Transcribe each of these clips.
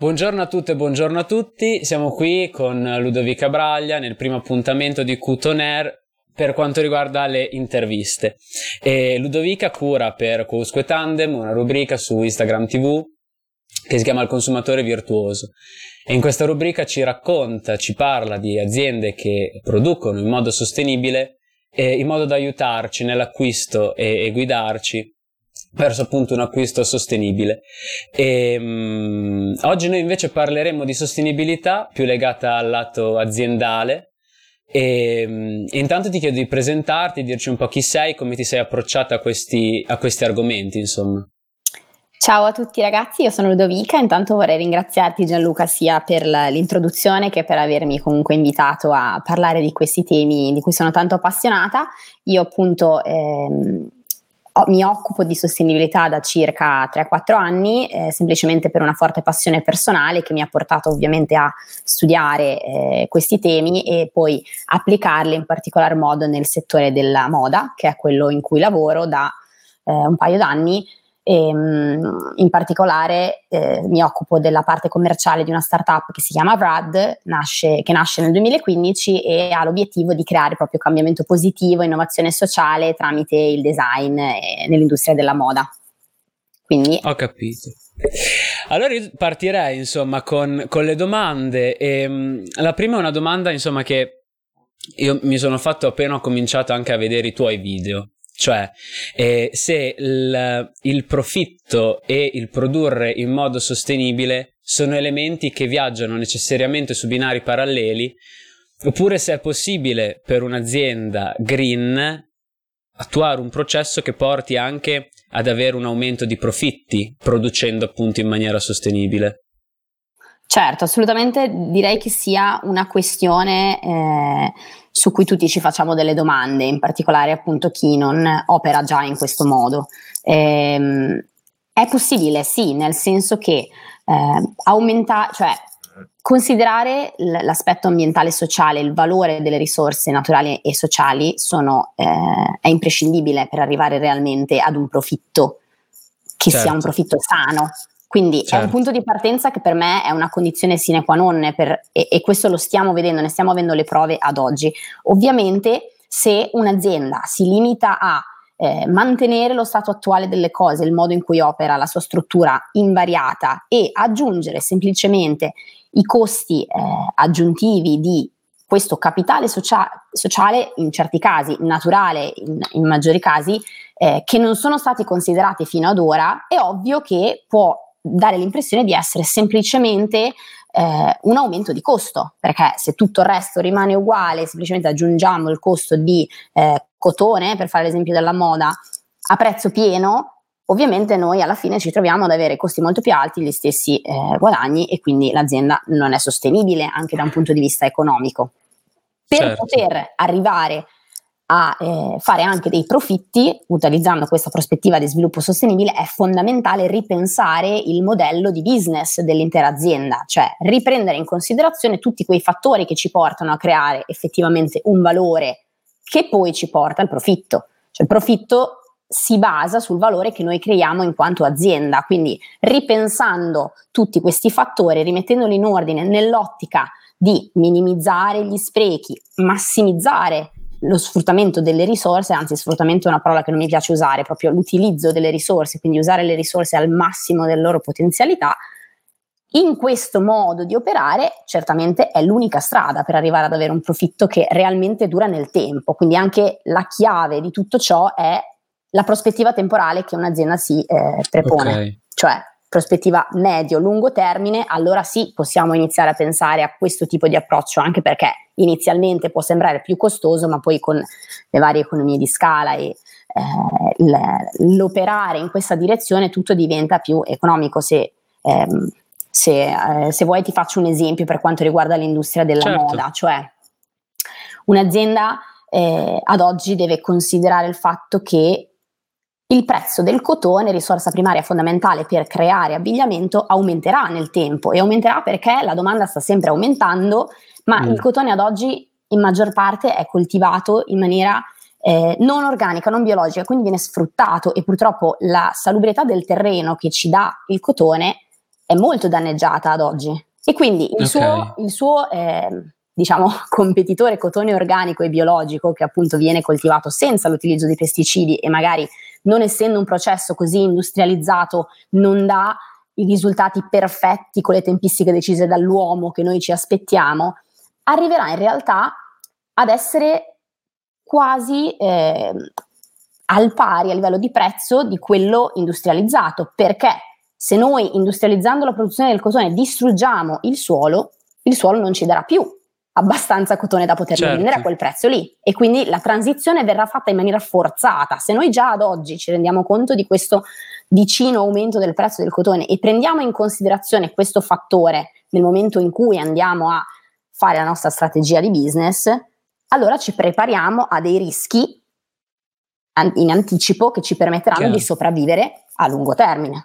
Buongiorno a tutte e buongiorno a tutti, siamo qui con Ludovica Braglia nel primo appuntamento di Q-On Air per quanto riguarda le interviste. E Ludovica cura per Quousque Tandem una rubrica su Instagram TV che si chiama Il consumatore virtuoso, e in questa rubrica ci racconta, ci parla di aziende che producono in modo sostenibile in modo da aiutarci nell'acquisto e guidarci verso appunto un acquisto sostenibile. Oggi noi invece parleremo di sostenibilità più legata al lato aziendale e intanto ti chiedo di presentarti, dirci un po' chi sei, come ti sei approcciata a questi argomenti, insomma. Ciao a tutti ragazzi, io sono Ludovica. Intanto vorrei ringraziarti Gianluca sia per l'introduzione che per avermi comunque invitato a parlare di questi temi di cui sono tanto appassionata. Io appunto mi occupo di sostenibilità da circa 3-4 anni, semplicemente per una forte passione personale che mi ha portato ovviamente a studiare questi temi e poi applicarli in particolar modo nel settore della moda, che è quello in cui lavoro da un paio d'anni. In particolare mi occupo della parte commerciale di una startup che si chiama Vrad, che nasce nel 2015 e ha l'obiettivo di creare proprio cambiamento positivo, innovazione sociale tramite il design nell'industria della moda. Quindi ho capito. Allora io partirei insomma con le domande la prima è una domanda insomma che io mi sono fatto appena ho cominciato anche a vedere i tuoi video. Cioè, se il profitto e il produrre in modo sostenibile sono elementi che viaggiano necessariamente su binari paralleli, oppure se è possibile per un'azienda green attuare un processo che porti anche ad avere un aumento di profitti producendo appunto in maniera sostenibile. Certo, assolutamente direi che sia una questione su cui tutti ci facciamo delle domande, in particolare appunto chi non opera già in questo modo. È possibile, sì, nel senso che considerare l'aspetto ambientale e sociale, il valore delle risorse naturali e sociali è imprescindibile per arrivare realmente ad un profitto che sia un profitto sano. Quindi è un punto di partenza che per me è una condizione sine qua non e questo lo stiamo vedendo, ne stiamo avendo le prove ad oggi. Ovviamente se un'azienda si limita a mantenere lo stato attuale delle cose, il modo in cui opera, la sua struttura invariata e aggiungere semplicemente i costi aggiuntivi di questo capitale sociale, in certi casi naturale, in maggiori casi, che non sono stati considerati fino ad ora, è ovvio che può dare l'impressione di essere semplicemente un aumento di costo, perché se tutto il resto rimane uguale, semplicemente aggiungiamo il costo di cotone, per fare l'esempio della moda, a prezzo pieno, ovviamente noi alla fine ci troviamo ad avere costi molto più alti, gli stessi guadagni, e quindi l'azienda non è sostenibile anche da un punto di vista economico. Per poter arrivare a fare anche dei profitti, utilizzando questa prospettiva di sviluppo sostenibile, è fondamentale ripensare il modello di business dell'intera azienda, cioè riprendere in considerazione tutti quei fattori che ci portano a creare effettivamente un valore che poi ci porta al profitto. Cioè il profitto si basa sul valore che noi creiamo in quanto azienda, quindi ripensando tutti questi fattori, rimettendoli in ordine nell'ottica di minimizzare gli sprechi, massimizzare lo sfruttamento delle risorse, anzi sfruttamento è una parola che non mi piace usare, proprio l'utilizzo delle risorse, quindi usare le risorse al massimo delle loro potenzialità. In questo modo di operare certamente è l'unica strada per arrivare ad avere un profitto che realmente dura nel tempo, quindi anche la chiave di tutto ciò è la prospettiva temporale che un'azienda si prepone, cioè prospettiva medio-lungo termine. Allora sì, possiamo iniziare a pensare a questo tipo di approccio, anche perché inizialmente può sembrare più costoso, ma poi con le varie economie di scala e l'operare in questa direzione tutto diventa più economico. Se vuoi ti faccio un esempio per quanto riguarda l'industria della moda, cioè un'azienda ad oggi deve considerare il fatto che il prezzo del cotone, risorsa primaria fondamentale per creare abbigliamento, aumenterà nel tempo, e aumenterà perché la domanda sta sempre aumentando, ma il cotone ad oggi in maggior parte è coltivato in maniera non organica, non biologica, quindi viene sfruttato, e purtroppo la salubrietà del terreno che ci dà il cotone è molto danneggiata ad oggi, e quindi il suo diciamo competitore cotone organico e biologico, che appunto viene coltivato senza l'utilizzo di pesticidi e magari, non essendo un processo così industrializzato, non dà i risultati perfetti con le tempistiche decise dall'uomo che noi ci aspettiamo, arriverà in realtà ad essere quasi al pari a livello di prezzo di quello industrializzato, perché se noi, industrializzando la produzione del cotone, distruggiamo il suolo non ci darà più abbastanza cotone da poterlo vendere a quel prezzo lì, e quindi la transizione verrà fatta in maniera forzata. Se noi già ad oggi ci rendiamo conto di questo vicino aumento del prezzo del cotone e prendiamo in considerazione questo fattore nel momento in cui andiamo a fare la nostra strategia di business, allora ci prepariamo a dei rischi in anticipo che ci permetteranno di sopravvivere a lungo termine.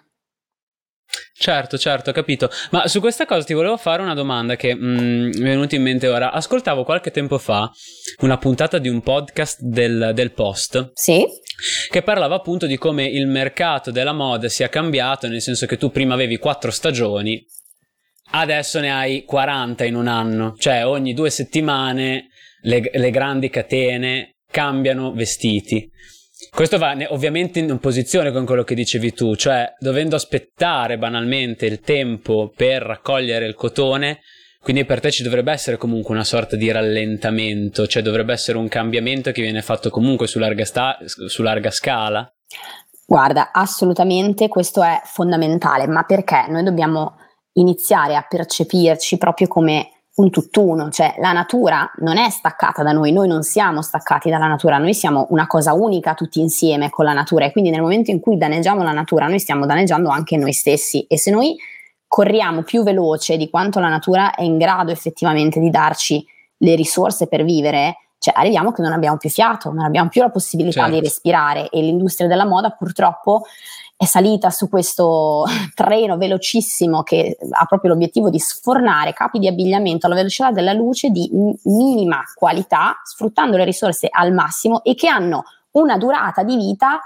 Certo, ho capito. Ma su questa cosa ti volevo fare una domanda che mi è venuta in mente ora. Ascoltavo qualche tempo fa una puntata di un podcast del Post. Sì. Che parlava appunto di come il mercato della moda sia cambiato, nel senso che tu prima avevi 4 stagioni, adesso ne hai 40 in un anno. Cioè ogni 2 settimane le grandi catene cambiano vestiti. Questo va ovviamente in opposizione con quello che dicevi tu, cioè dovendo aspettare banalmente il tempo per raccogliere il cotone, quindi per te ci dovrebbe essere comunque una sorta di rallentamento, cioè dovrebbe essere un cambiamento che viene fatto comunque su larga scala? Guarda, assolutamente questo è fondamentale, ma perché noi dobbiamo iniziare a percepirci proprio come un tutt'uno, cioè la natura non è staccata da noi non siamo staccati dalla natura, noi siamo una cosa unica tutti insieme con la natura, e quindi nel momento in cui danneggiamo la natura noi stiamo danneggiando anche noi stessi, e se noi corriamo più veloce di quanto la natura è in grado effettivamente di darci le risorse per vivere, cioè arriviamo che non abbiamo più fiato, non abbiamo più la possibilità di respirare, e l'industria della moda purtroppo è salita su questo treno velocissimo che ha proprio l'obiettivo di sfornare capi di abbigliamento alla velocità della luce di minima qualità, sfruttando le risorse al massimo, e che hanno una durata di vita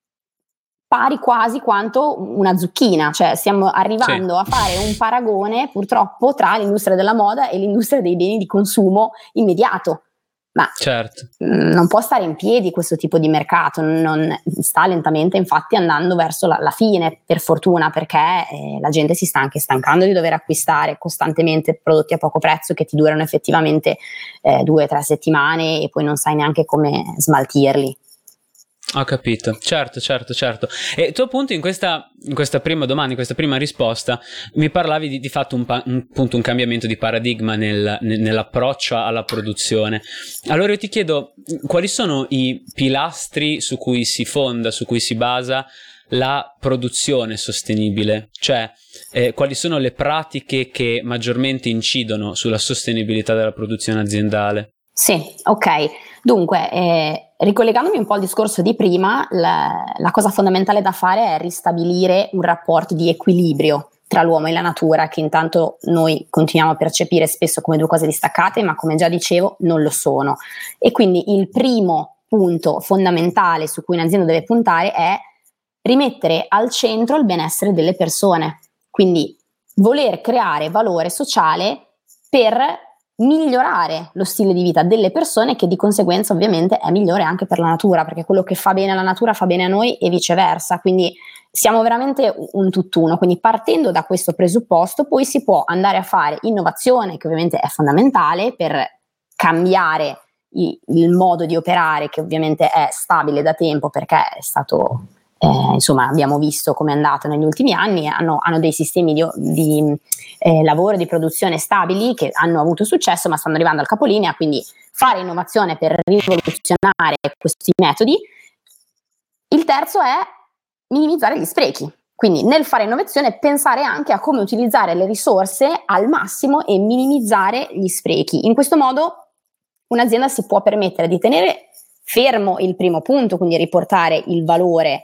pari quasi quanto una zucchina, cioè stiamo arrivando a fare un paragone purtroppo tra l'industria della moda e l'industria dei beni di consumo immediato. Ma non può stare in piedi questo tipo di mercato, non sta lentamente infatti andando verso la fine, per fortuna, perché la gente si sta anche stancando di dover acquistare costantemente prodotti a poco prezzo che ti durano effettivamente 2 o 3 settimane e poi non sai neanche come smaltirli. Ho capito, certo. E tu appunto in questa prima domanda, in questa prima risposta, mi parlavi di fatto un cambiamento di paradigma nell'approccio alla produzione. Allora io ti chiedo, quali sono i pilastri su cui si fonda, su cui si basa la produzione sostenibile? Cioè, quali sono le pratiche che maggiormente incidono sulla sostenibilità della produzione aziendale? Sì, ok. Dunque, ricollegandomi un po' al discorso di prima, la cosa fondamentale da fare è ristabilire un rapporto di equilibrio tra l'uomo e la natura, che intanto noi continuiamo a percepire spesso come 2 cose distaccate, ma come già dicevo non lo sono. E quindi il primo punto fondamentale su cui un'azienda deve puntare è rimettere al centro il benessere delle persone, quindi voler creare valore sociale per migliorare lo stile di vita delle persone, che di conseguenza ovviamente è migliore anche per la natura, perché quello che fa bene alla natura fa bene a noi e viceversa, quindi siamo veramente un tutt'uno. Quindi partendo da questo presupposto poi si può andare a fare innovazione, che ovviamente è fondamentale per cambiare il modo di operare, che ovviamente è stabile da tempo perché è stato insomma abbiamo visto come è andato negli ultimi anni, hanno dei sistemi di lavoro e di produzione stabili che hanno avuto successo, ma stanno arrivando al capolinea, quindi fare innovazione per rivoluzionare questi metodi. Il terzo è minimizzare gli sprechi, quindi nel fare innovazione pensare anche a come utilizzare le risorse al massimo e minimizzare gli sprechi. In questo modo un'azienda si può permettere di tenere fermo il primo punto, quindi riportare il valore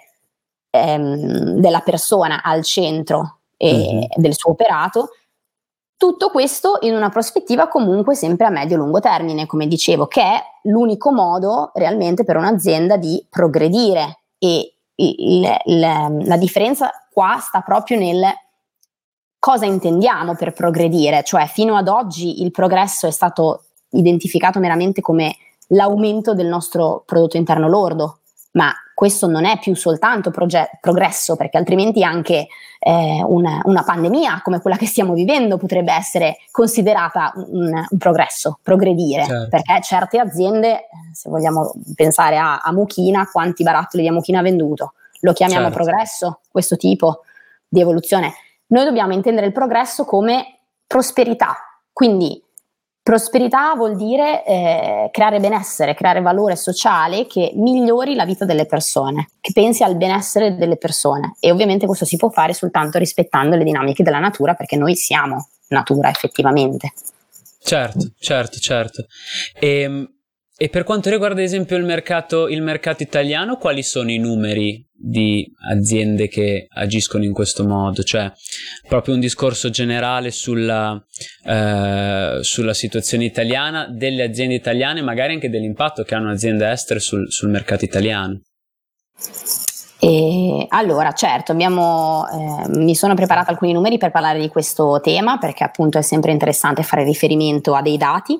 della persona al centro del suo operato, tutto questo in una prospettiva comunque sempre a medio-lungo termine, come dicevo, che è l'unico modo realmente per un'azienda di progredire, e la differenza qua sta proprio nel cosa intendiamo per progredire, cioè fino ad oggi il progresso è stato identificato meramente come l'aumento del nostro prodotto interno lordo, ma questo non è più soltanto progresso, perché altrimenti anche una pandemia come quella che stiamo vivendo potrebbe essere considerata un progresso, progredire, Certo. perché certe aziende, se vogliamo pensare a Muchina, quanti barattoli di Muchina ha venduto? Lo chiamiamo Certo. progresso, questo tipo di evoluzione? Noi dobbiamo intendere il progresso come prosperità, quindi prosperità vuol dire creare benessere, creare valore sociale che migliori la vita delle persone, che pensi al benessere delle persone, e ovviamente questo si può fare soltanto rispettando le dinamiche della natura, perché noi siamo natura effettivamente. Certo. E per quanto riguarda ad esempio il mercato italiano, quali sono i numeri di aziende che agiscono in questo modo? Cioè, proprio un discorso generale sulla situazione italiana, delle aziende italiane, magari anche dell'impatto che hanno aziende estere sul mercato italiano. Allora, certo, mi sono preparata alcuni numeri per parlare di questo tema, perché appunto è sempre interessante fare riferimento a dei dati,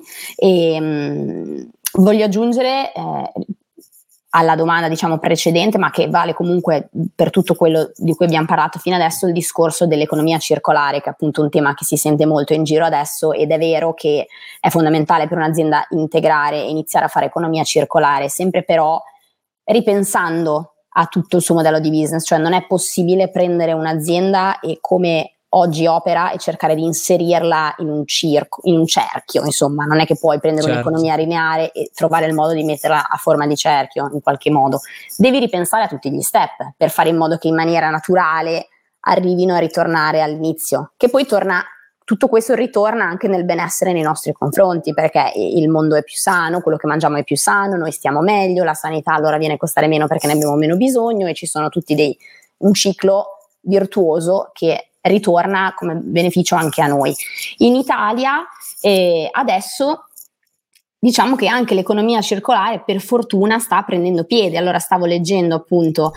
e voglio aggiungere alla domanda diciamo precedente, ma che vale comunque per tutto quello di cui abbiamo parlato fino adesso, il discorso dell'economia circolare, che è appunto un tema che si sente molto in giro adesso, ed è vero che è fondamentale per un'azienda integrare e iniziare a fare economia circolare, sempre però ripensando a tutto il suo modello di business, cioè non è possibile prendere un'azienda e come oggi opera e cercare di inserirla in un cerchio, insomma, non è che puoi prendere un'economia lineare e trovare il modo di metterla a forma di cerchio in qualche modo. Devi ripensare a tutti gli step per fare in modo che in maniera naturale arrivino a ritornare all'inizio, che poi tutto questo ritorna anche nel benessere nei nostri confronti, perché il mondo è più sano, quello che mangiamo è più sano, noi stiamo meglio, la sanità allora viene a costare meno perché ne abbiamo meno bisogno, e ci sono un ciclo virtuoso che ritorna come beneficio anche a noi. In Italia adesso diciamo che anche l'economia circolare per fortuna sta prendendo piede. Allora stavo leggendo appunto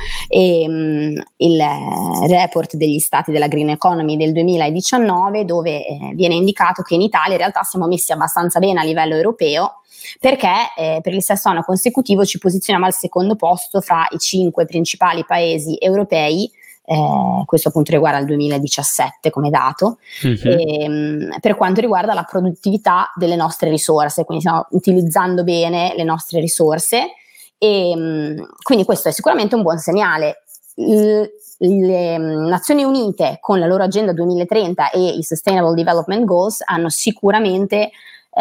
il report degli stati della Green Economy del 2019, dove viene indicato che in Italia in realtà siamo messi abbastanza bene a livello europeo, perché per il sesto anno consecutivo ci posizioniamo al secondo posto fra i 5 principali paesi europei. Questo appunto riguarda il 2017 come dato, per quanto riguarda la produttività delle nostre risorse, quindi stiamo utilizzando bene le nostre risorse, e quindi questo è sicuramente un buon segnale. Le Nazioni Unite con la loro agenda 2030 e i Sustainable Development Goals hanno sicuramente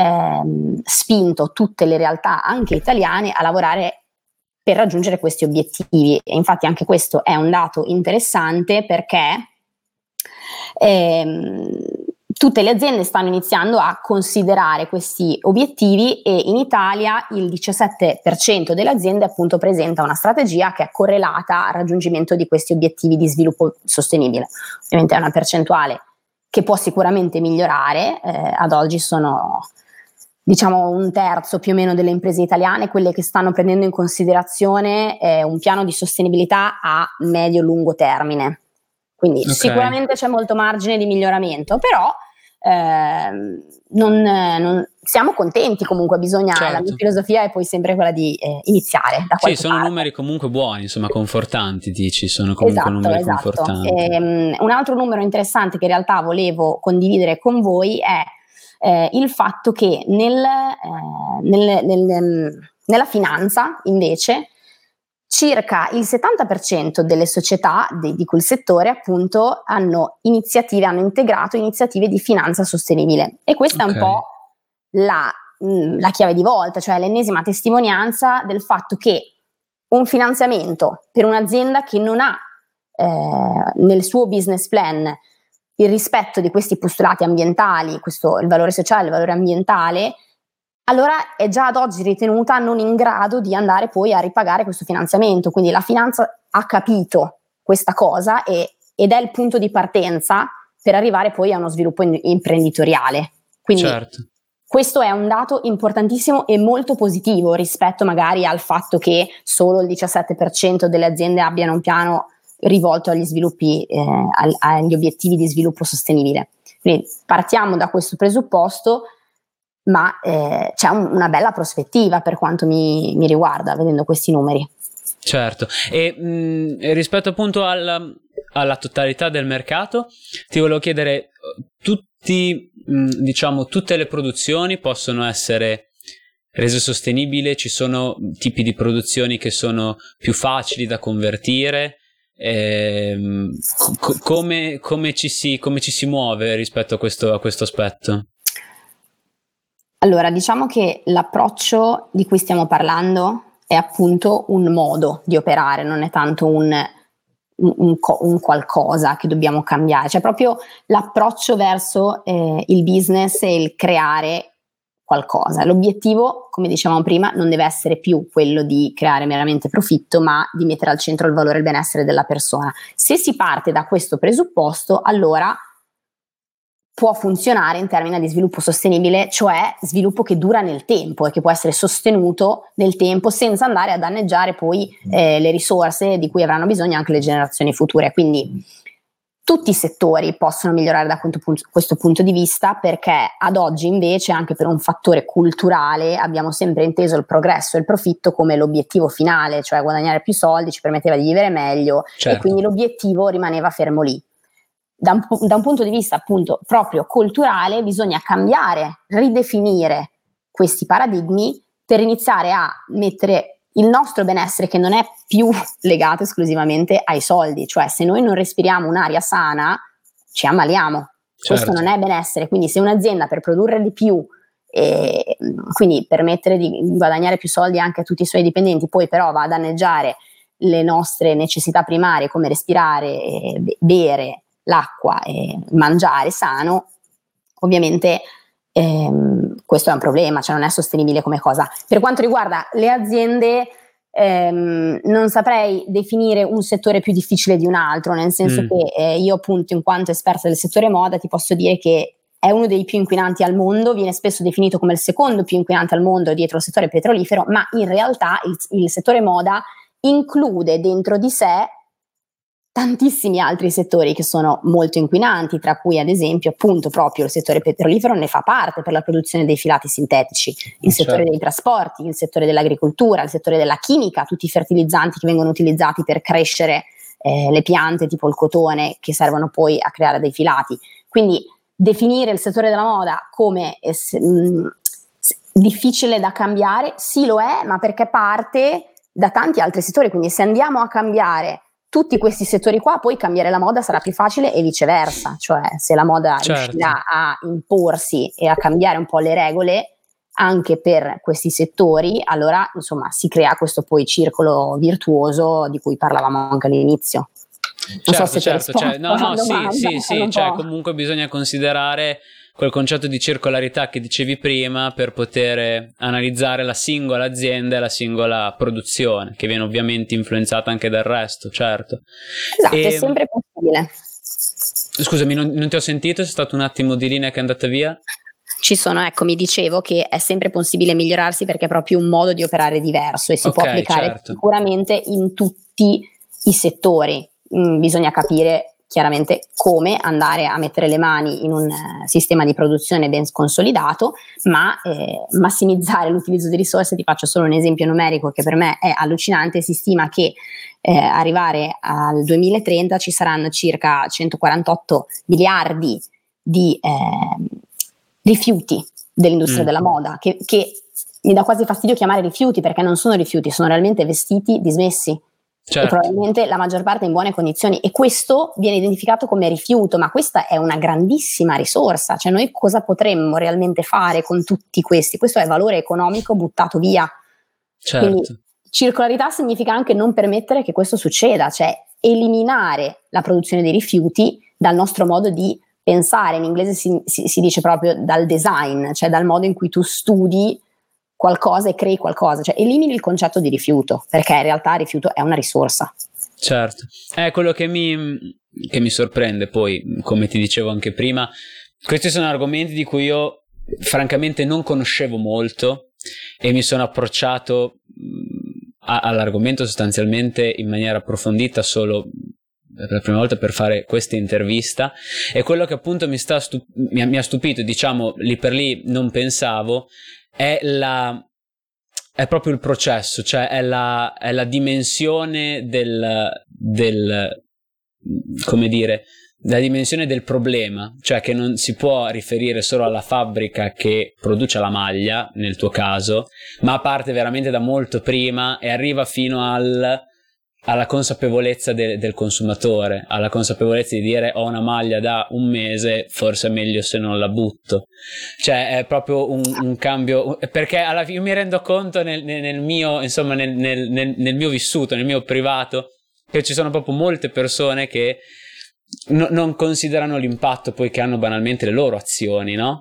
spinto tutte le realtà anche italiane a lavorare per raggiungere questi obiettivi, e infatti anche questo è un dato interessante, perché tutte le aziende stanno iniziando a considerare questi obiettivi, e in Italia il 17% delle aziende appunto presenta una strategia che è correlata al raggiungimento di questi obiettivi di sviluppo sostenibile. Ovviamente è una percentuale che può sicuramente migliorare, ad oggi sono diciamo un terzo più o meno delle imprese italiane quelle che stanno prendendo in considerazione un piano di sostenibilità a medio-lungo termine. Quindi sicuramente c'è molto margine di miglioramento, però non siamo contenti comunque, bisogna, la mia filosofia è poi sempre quella di iniziare da qualche sono parte. Numeri comunque buoni, insomma confortanti, dici, sono comunque numeri confortanti. Un altro numero interessante che in realtà volevo condividere con voi è il fatto che nella finanza invece circa il 70% delle società di quel settore appunto hanno integrato iniziative di finanza sostenibile, e questa è un po' la chiave di volta, cioè l'ennesima testimonianza del fatto che un finanziamento per un'azienda che non ha nel suo business plan il rispetto di questi postulati ambientali, il valore sociale, il valore ambientale, allora è già ad oggi ritenuta non in grado di andare poi a ripagare questo finanziamento. Quindi la finanza ha capito questa cosa ed è il punto di partenza per arrivare poi a uno sviluppo imprenditoriale. Quindi questo è un dato importantissimo e molto positivo rispetto magari al fatto che solo il 17% delle aziende abbiano un piano rivolto agli sviluppi, agli obiettivi di sviluppo sostenibile. Quindi partiamo da questo presupposto, ma c'è una bella prospettiva per quanto mi riguarda, vedendo questi numeri. Certo, e rispetto appunto alla totalità del mercato, ti volevo chiedere, tutte le produzioni possono essere rese sostenibili? Ci sono tipi di produzioni che sono più facili da convertire? Come ci si muove rispetto a questo aspetto? Allora, diciamo che l'approccio di cui stiamo parlando è appunto un modo di operare, non è tanto un qualcosa che dobbiamo cambiare, cioè proprio l'approccio verso il business e il creare qualcosa. L'obiettivo, come dicevamo prima, non deve essere più quello di creare meramente profitto, ma di mettere al centro il valore e il benessere della persona. Se si parte da questo presupposto, allora può funzionare in termini di sviluppo sostenibile, cioè sviluppo che dura nel tempo e che può essere sostenuto nel tempo senza andare a danneggiare poi le risorse di cui avranno bisogno anche le generazioni future. Quindi tutti i settori possono migliorare da questo punto di vista, perché ad oggi invece, anche per un fattore culturale, abbiamo sempre inteso il progresso e il profitto come l'obiettivo finale, cioè guadagnare più soldi ci permetteva di vivere meglio, certo. E quindi l'obiettivo rimaneva fermo lì. Da un punto di vista appunto proprio culturale bisogna cambiare, ridefinire questi paradigmi per iniziare a mettere il nostro benessere, che non è più legato esclusivamente ai soldi, cioè se noi non respiriamo un'aria sana ci ammaliamo, certo. Questo non è benessere. Quindi se un'azienda per produrre di più e quindi permettere di guadagnare più soldi anche a tutti i suoi dipendenti, poi però va a danneggiare le nostre necessità primarie come respirare, bere l'acqua e mangiare sano, ovviamente questo è un problema, cioè non è sostenibile come cosa. Per quanto riguarda le aziende, non saprei definire un settore più difficile di un altro, nel senso che io appunto, in quanto esperta del settore moda, ti posso dire che è uno dei più inquinanti al mondo, viene spesso definito come il secondo più inquinante al mondo dietro il settore petrolifero, ma in realtà il settore moda include dentro di sé tantissimi altri settori che sono molto inquinanti, tra cui ad esempio appunto proprio il settore petrolifero ne fa parte per la produzione dei filati sintetici, il settore dei trasporti, il settore dell'agricoltura, il settore della chimica, tutti i fertilizzanti che vengono utilizzati per crescere le piante tipo il cotone, che servono poi a creare dei filati. Quindi definire il settore della moda come difficile da cambiare, sì lo è, ma perché parte da tanti altri settori. Quindi se andiamo a cambiare tutti questi settori qua, poi cambiare la moda sarà più facile e viceversa, cioè se la moda riuscirà a imporsi e a cambiare un po' le regole anche per questi settori, allora insomma si crea questo poi circolo virtuoso di cui parlavamo anche all'inizio. Non so se cioè comunque bisogna considerare quel concetto di circolarità che dicevi prima per poter analizzare la singola azienda e la singola produzione, che viene ovviamente influenzata anche dal resto, certo. Esatto, è sempre possibile. Scusami, non ti ho sentito, c'è stato un attimo di linea che è andata via. Ci sono, ecco, mi dicevo che è sempre possibile migliorarsi perché è proprio un modo di operare diverso e si può applicare sicuramente in tutti i settori. Bisogna capire chiaramente come andare a mettere le mani in un sistema di produzione ben consolidato, ma massimizzare l'utilizzo di risorse. Ti faccio solo un esempio numerico che per me è allucinante. Si stima che arrivare al 2030 ci saranno circa 148 miliardi di rifiuti dell'industria della moda, che mi dà quasi fastidio chiamare rifiuti, perché non sono rifiuti, sono realmente vestiti dismessi. Certo. E probabilmente la maggior parte in buone condizioni, e questo viene identificato come rifiuto, ma questa è una grandissima risorsa. Cioè noi cosa potremmo realmente fare con tutti questi? Questo è valore economico buttato via. Certo. Quindi circolarità significa anche non permettere che questo succeda, cioè eliminare la produzione dei rifiuti dal nostro modo di pensare. In inglese si dice proprio dal design, cioè dal modo in cui tu studi qualcosa e crei qualcosa, cioè elimini il concetto di rifiuto, perché in realtà il rifiuto è una risorsa. Certo, è quello che mi sorprende poi, come ti dicevo anche prima, questi sono argomenti di cui io francamente non conoscevo molto e mi sono approcciato all'argomento sostanzialmente in maniera approfondita solo per la prima volta per fare questa intervista, e quello che appunto mi ha stupito, diciamo, lì per lì non pensavo, è proprio il processo, cioè è la dimensione come dire, la dimensione del problema, cioè che non si può riferire solo alla fabbrica che produce la maglia, nel tuo caso, ma parte veramente da molto prima e arriva fino alla consapevolezza del consumatore, alla consapevolezza di dire: ho una maglia da un mese, forse è meglio se non la butto. Cioè è proprio un cambio, perché alla fine io mi rendo conto nel mio, insomma, nel mio vissuto, nel mio privato, che ci sono proprio molte persone che non considerano l'impatto poi che hanno banalmente le loro azioni, no?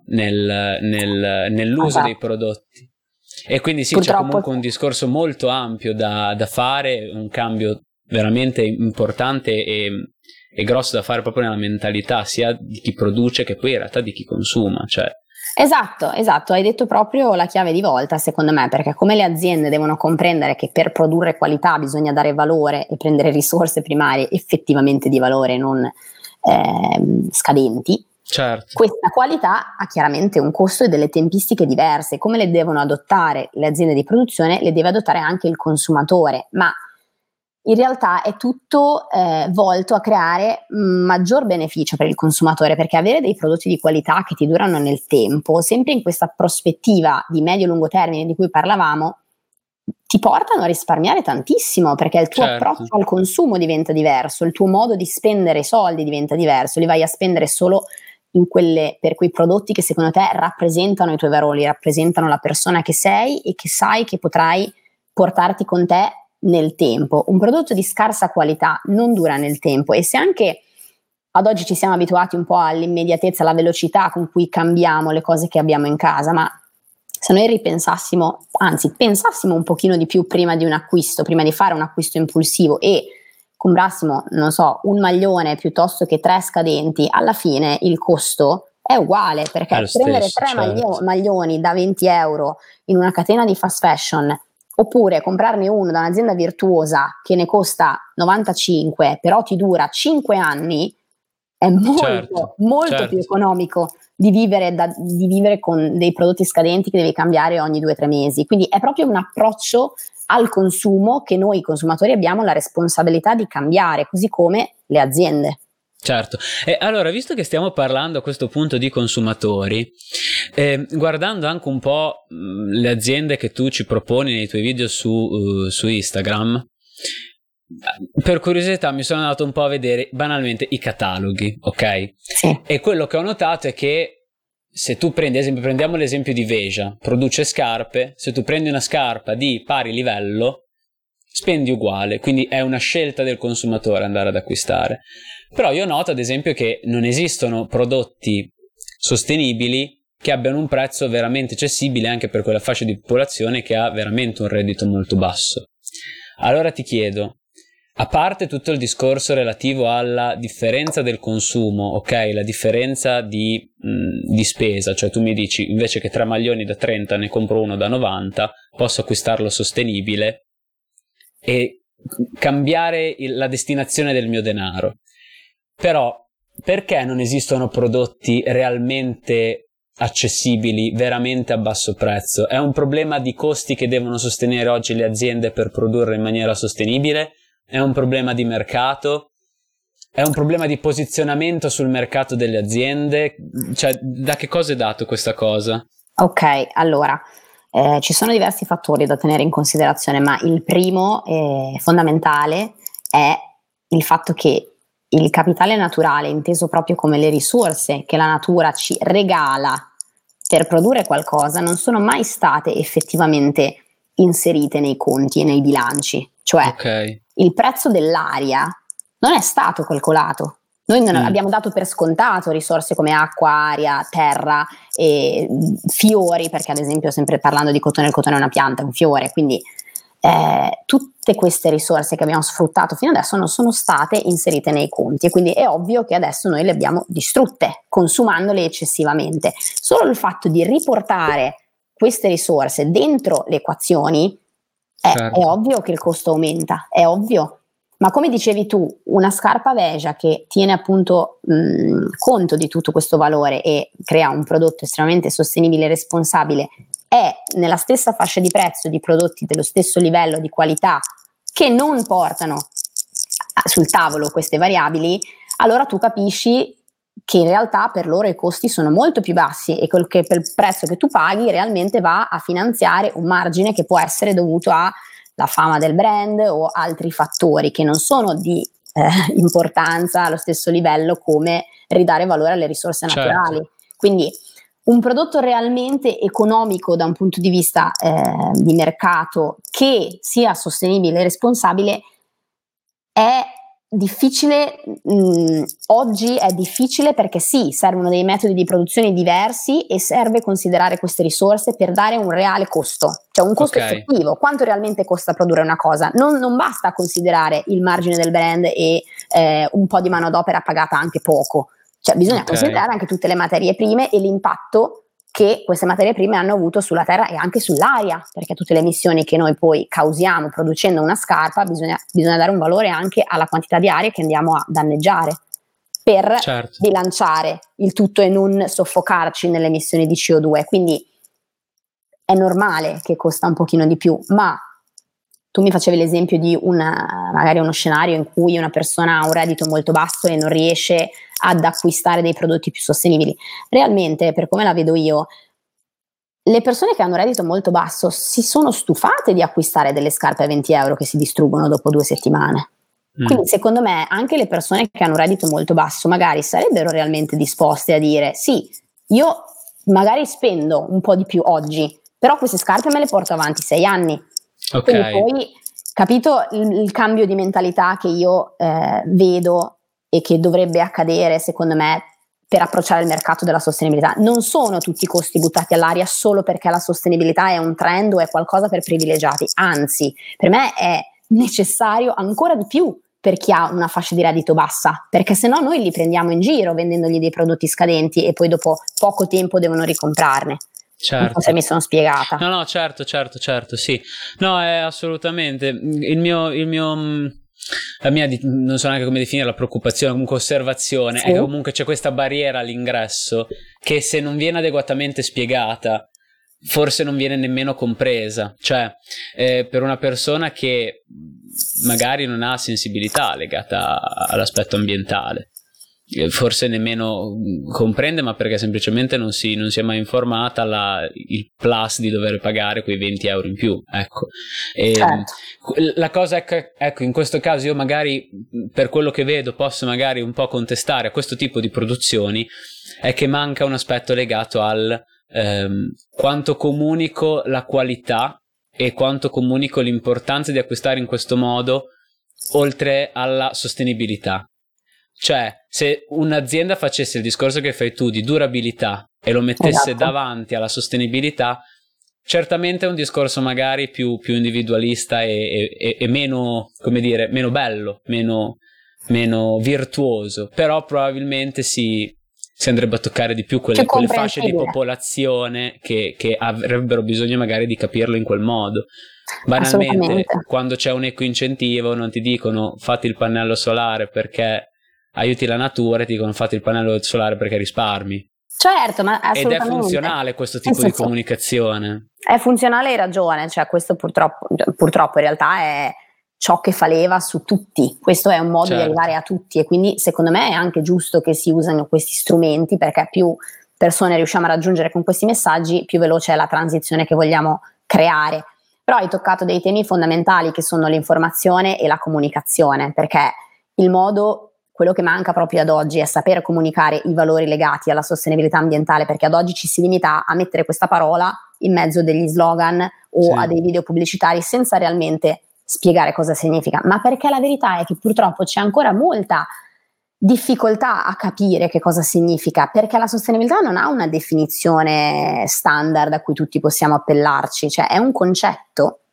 Nell'uso dei prodotti. E quindi sì, purtroppo c'è comunque un discorso molto ampio da fare, un cambio veramente importante e grosso da fare proprio nella mentalità sia di chi produce che poi in realtà di chi consuma, cioè. Esatto, hai detto proprio la chiave di volta, secondo me, perché come le aziende devono comprendere che per produrre qualità bisogna dare valore e prendere risorse primarie effettivamente di valore, non scadenti. Certo. Questa qualità ha chiaramente un costo e delle tempistiche diverse. Come le devono adottare le aziende di produzione, le deve adottare anche il consumatore, ma in realtà è tutto volto a creare maggior beneficio per il consumatore, perché avere dei prodotti di qualità che ti durano nel tempo, sempre in questa prospettiva di medio-lungo termine di cui parlavamo, ti portano a risparmiare tantissimo, perché il tuo approccio al consumo diventa diverso, il tuo modo di spendere i soldi diventa diverso, li vai a spendere solo per quei prodotti che secondo te rappresentano i tuoi valori, rappresentano la persona che sei e che sai che potrai portarti con te nel tempo. Un prodotto di scarsa qualità non dura nel tempo, e se anche ad oggi ci siamo abituati un po' all'immediatezza, alla velocità con cui cambiamo le cose che abbiamo in casa, ma se noi ripensassimo, anzi pensassimo un pochino di più prima di un acquisto, prima di fare un acquisto impulsivo e comprassimo, non so, un maglione piuttosto che 3 scadenti, alla fine il costo è uguale, perché prendere 3 maglioni da 20 euro in una catena di fast fashion, oppure comprarne uno da un'azienda virtuosa che ne costa 95, però ti dura 5 anni, è molto più economico di vivere con dei prodotti scadenti che devi cambiare ogni 2 o 3 mesi. Quindi è proprio un approccio al consumo che noi consumatori abbiamo la responsabilità di cambiare, così come le aziende. Certo, e allora, visto che stiamo parlando a questo punto di consumatori, guardando anche un po' le aziende che tu ci proponi nei tuoi video su Instagram, per curiosità mi sono andato un po' a vedere banalmente i cataloghi, ok? Sì. E quello che ho notato è che se tu prendiamo l'esempio di Veja, produce scarpe, se tu prendi una scarpa di pari livello, spendi uguale, quindi è una scelta del consumatore andare ad acquistare. Però io noto ad esempio che non esistono prodotti sostenibili che abbiano un prezzo veramente accessibile anche per quella fascia di popolazione che ha veramente un reddito molto basso. Allora ti chiedo, a parte tutto il discorso relativo alla differenza del consumo, ok, la differenza di spesa, cioè tu mi dici invece che 3 maglioni da 30 ne compro uno da 90, posso acquistarlo sostenibile e cambiare la destinazione del mio denaro. Però perché non esistono prodotti realmente accessibili, veramente a basso prezzo? È un problema di costi che devono sostenere oggi le aziende per produrre in maniera sostenibile? È un problema di mercato? È un problema di posizionamento sul mercato delle aziende? Cioè, da che cosa è dato questa cosa? Ok, allora, ci sono diversi fattori da tenere in considerazione, ma il primo fondamentale è il fatto che il capitale naturale, inteso proprio come le risorse che la natura ci regala per produrre qualcosa, non sono mai state effettivamente inserite nei conti e nei bilanci. Cioè, il prezzo dell'aria non è stato calcolato. Noi non abbiamo dato per scontato risorse come acqua, aria, terra e fiori, perché ad esempio, sempre parlando di cotone, il cotone è una pianta, è un fiore, quindi tutte queste risorse che abbiamo sfruttato fino adesso non sono state inserite nei conti, e quindi è ovvio che adesso noi le abbiamo distrutte, consumandole eccessivamente. Solo il fatto di riportare queste risorse dentro le equazioni è ovvio che il costo aumenta, è ovvio. Ma come dicevi tu, una scarpa Veja che tiene appunto conto di tutto questo valore e crea un prodotto estremamente sostenibile e responsabile, è nella stessa fascia di prezzo di prodotti dello stesso livello di qualità che non portano sul tavolo queste variabili, allora tu capisci che in realtà per loro i costi sono molto più bassi e che per il prezzo che tu paghi realmente va a finanziare un margine che può essere dovuto alla fama del brand o altri fattori che non sono di importanza allo stesso livello come ridare valore alle risorse naturali. Certo. Quindi un prodotto realmente economico da un punto di vista di mercato che sia sostenibile e responsabile è difficile, oggi è difficile perché sì, servono dei metodi di produzione diversi e serve considerare queste risorse per dare un reale costo, cioè un costo effettivo, quanto realmente costa produrre una cosa. Non basta considerare il margine del brand e un po' di manodopera pagata anche poco, cioè bisogna considerare anche tutte le materie prime e l'impatto che queste materie prime hanno avuto sulla terra e anche sull'aria, perché tutte le emissioni che noi poi causiamo producendo una scarpa bisogna dare un valore anche alla quantità di aria che andiamo a danneggiare per bilanciare il tutto e non soffocarci nelle emissioni di CO2. Quindi è normale che costa un pochino di più, ma tu mi facevi l'esempio di magari uno scenario in cui una persona ha un reddito molto basso e non riesce ad acquistare dei prodotti più sostenibili. Realmente, per come la vedo io, le persone che hanno un reddito molto basso si sono stufate di acquistare delle scarpe a 20 euro che si distruggono dopo 2 settimane. Quindi secondo me anche le persone che hanno un reddito molto basso magari sarebbero realmente disposte a dire sì, io magari spendo un po' di più oggi, però queste scarpe me le porto avanti 6 anni. Quindi poi, capito il cambio di mentalità che io vedo e che dovrebbe accadere secondo me per approcciare il mercato della sostenibilità. Non sono tutti i costi buttati all'aria solo perché la sostenibilità è un trend o è qualcosa per privilegiati, anzi per me è necessario ancora di più per chi ha una fascia di reddito bassa, perché se no noi li prendiamo in giro vendendogli dei prodotti scadenti e poi dopo poco tempo devono ricomprarne. Certo. Non so se mi sono spiegata. No, certo, sì. No, è assolutamente la mia, non so neanche come definire, la preoccupazione, comunque osservazione, è che comunque c'è questa barriera all'ingresso che se non viene adeguatamente spiegata forse non viene nemmeno compresa, cioè per una persona che magari non ha sensibilità legata all'aspetto ambientale, forse nemmeno comprende, ma perché semplicemente non si è mai informata il plus di dover pagare quei 20 euro in più, ecco. La cosa è ecco, in questo caso io magari per quello che vedo posso magari un po' contestare a questo tipo di produzioni, è che manca un aspetto legato al quanto comunico la qualità e quanto comunico l'importanza di acquistare in questo modo oltre alla sostenibilità. Cioè, se un'azienda facesse il discorso che fai tu di durabilità e lo mettesse davanti alla sostenibilità, certamente è un discorso magari più individualista e meno, come dire, meno bello, meno virtuoso, però probabilmente si andrebbe a toccare di più quelle fasce di popolazione che avrebbero bisogno magari di capirlo in quel modo. Banalmente, quando c'è un eco-incentivo non ti dicono fatti il pannello solare perché aiuti la natura, ti dicono fatti il pannello solare perché risparmi. Certo, ma assolutamente. Ed è funzionale questo tipo di comunicazione. È funzionale, hai ragione, cioè questo purtroppo in realtà è ciò che fa leva su tutti, questo è un modo di arrivare a tutti e quindi secondo me è anche giusto che si usino questi strumenti perché più persone riusciamo a raggiungere con questi messaggi, più veloce è la transizione che vogliamo creare. Però hai toccato dei temi fondamentali che sono l'informazione e la comunicazione, perché quello che manca proprio ad oggi è saper comunicare i valori legati alla sostenibilità ambientale, perché ad oggi ci si limita a mettere questa parola in mezzo degli slogan o a dei video pubblicitari senza realmente spiegare cosa significa, ma perché la verità è che purtroppo c'è ancora molta difficoltà a capire che cosa significa, perché la sostenibilità non ha una definizione standard a cui tutti possiamo appellarci, cioè è un concetto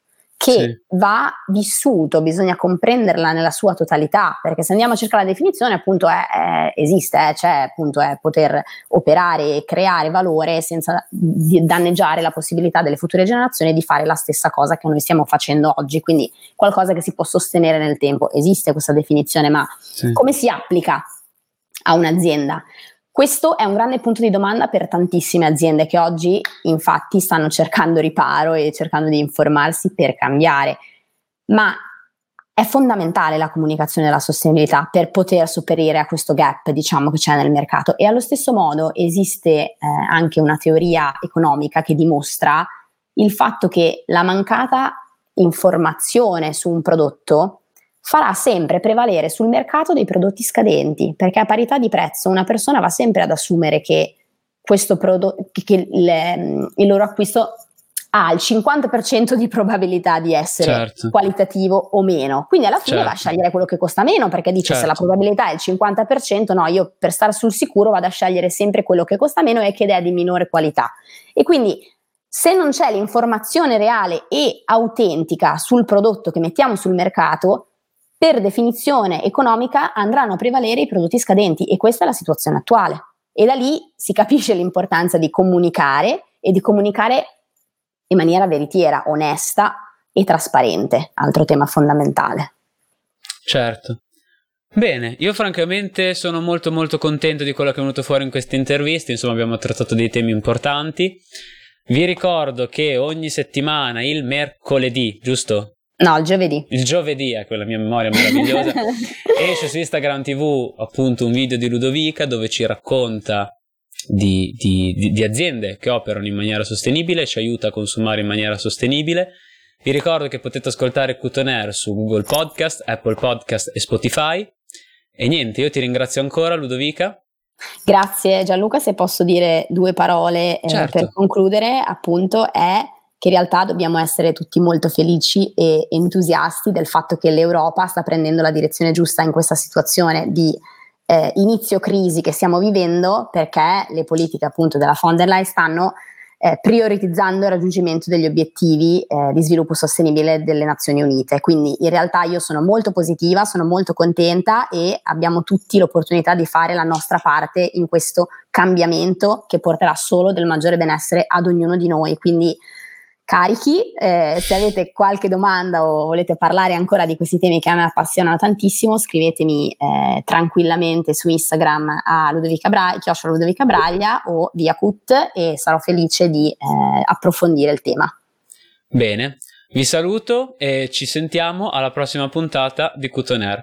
che va vissuto, bisogna comprenderla nella sua totalità, perché se andiamo a cercare la definizione appunto esiste, cioè appunto è poter operare e creare valore senza danneggiare la possibilità delle future generazioni di fare la stessa cosa che noi stiamo facendo oggi, quindi qualcosa che si può sostenere nel tempo. Esiste questa definizione, ma come si applica a un'azienda? Questo è un grande punto di domanda per tantissime aziende che oggi infatti stanno cercando riparo e cercando di informarsi per cambiare, ma è fondamentale la comunicazione della sostenibilità per poter sopperire a questo gap, diciamo, che c'è nel mercato. E allo stesso modo esiste anche una teoria economica che dimostra il fatto che la mancata informazione su un prodotto farà sempre prevalere sul mercato dei prodotti scadenti, perché a parità di prezzo una persona va sempre ad assumere che questo prodotto, che il loro acquisto ha il 50% di probabilità di essere qualitativo o meno, quindi alla fine va a scegliere quello che costa meno, perché dice se la probabilità è il 50%, no, io per stare sul sicuro vado a scegliere sempre quello che costa meno e che è di minore qualità. E quindi se non c'è l'informazione reale e autentica sul prodotto che mettiamo sul mercato, per definizione economica andranno a prevalere i prodotti scadenti, e questa è la situazione attuale. E da lì si capisce l'importanza di comunicare, e di comunicare in maniera veritiera, onesta e trasparente, altro tema fondamentale. Certo. Bene, io francamente sono molto molto contento di quello che è venuto fuori in queste interviste, insomma abbiamo trattato dei temi importanti. Vi ricordo che ogni settimana il mercoledì, giusto? No, il giovedì. Il giovedì, ecco, la mia memoria meravigliosa. Esce su Instagram TV appunto un video di Ludovica dove ci racconta di aziende che operano in maniera sostenibile, ci aiuta a consumare in maniera sostenibile. Vi ricordo che potete ascoltare Coton Air su Google Podcast, Apple Podcast e Spotify. E niente, io ti ringrazio ancora, Ludovica. Grazie Gianluca, se posso dire due parole per concludere, appunto, è che in realtà dobbiamo essere tutti molto felici e entusiasti del fatto che l'Europa sta prendendo la direzione giusta in questa situazione di inizio crisi che stiamo vivendo, perché le politiche appunto della von der Leyen stanno prioritizzando il raggiungimento degli obiettivi di sviluppo sostenibile delle Nazioni Unite. Quindi in realtà io sono molto positiva, sono molto contenta e abbiamo tutti l'opportunità di fare la nostra parte in questo cambiamento che porterà solo del maggiore benessere ad ognuno di noi. Quindi carichi, se avete qualche domanda o volete parlare ancora di questi temi che a me appassionano tantissimo, scrivetemi tranquillamente su Instagram a @Ludovica Braglia o via Cut, e sarò felice di approfondire il tema. Bene, vi saluto e ci sentiamo alla prossima puntata di Coton Air.